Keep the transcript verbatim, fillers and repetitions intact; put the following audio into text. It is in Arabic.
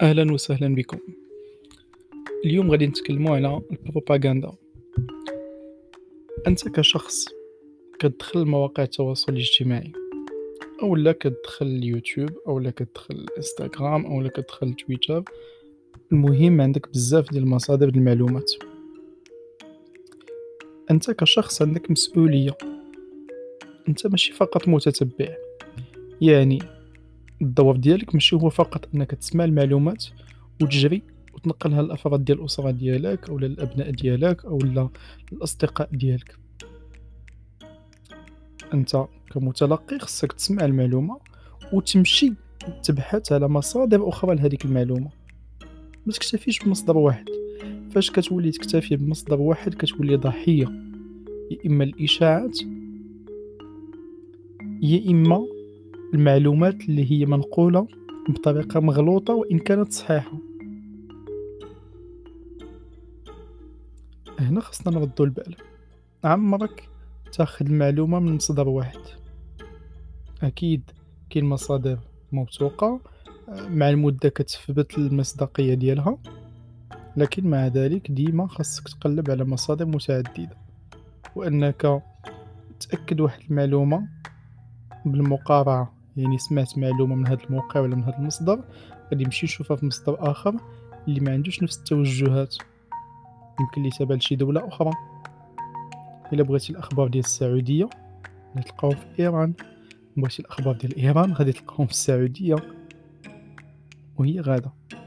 أهلا وسهلا بكم. اليوم غادي نتكلموا على البروباغندا. أنت كشخص كتدخل مواقع التواصل الاجتماعي أولا كتدخل اليوتيوب أولا كتدخل الانستغرام أولا كتدخل تويتر، المهم عندك بزاف ديال المصادر ديال المعلومات. أنت كشخص عندك مسؤولية، أنت ماشي فقط متتبع، يعني الدور ديالك ماشي هو فقط أنك تسمع المعلومات وتجري وتنقلها للأفراد ديال الأسرة ديالك أو للأبناء ديالك أو الأصدقاء ديالك. أنت كمتلقي خصك تسمع المعلومة وتمشي تبحث على مصادر أخرى لهذيك المعلومة، ما تكتفيش بمصدر واحد. فاش كتولي تكتفي بمصدر واحد كتولي ضحية يا إما الإشاعات يا إما المعلومات اللي هي منقولة بطريقة مغلوطة وإن كانت صحيحة. هنا خصنا نردو البال، عمرك تاخد المعلومة من مصدر واحد؟ أكيد كاين مصادر موثوقة مع المدة كتثبت المصداقية ديالها، لكن مع ذلك ديما خاصك تقلب على مصادر متعددة، وأنك تأكد واحد المعلومة بالمقارعة، يعني سمعت معلومة من هذا الموقع ولا من هذا المصدر غادي نمشي نشوفها في مصدر آخر اللي ما عندوش نفس التوجهات، يمكن لي تابع لشي دولة أخرى. إلا بغيتي الأخبار ديال السعودية غادي تلقاهم في إيران، بغيتي الأخبار ديال إيران غادي تلقاهم في السعودية، وهي غادا.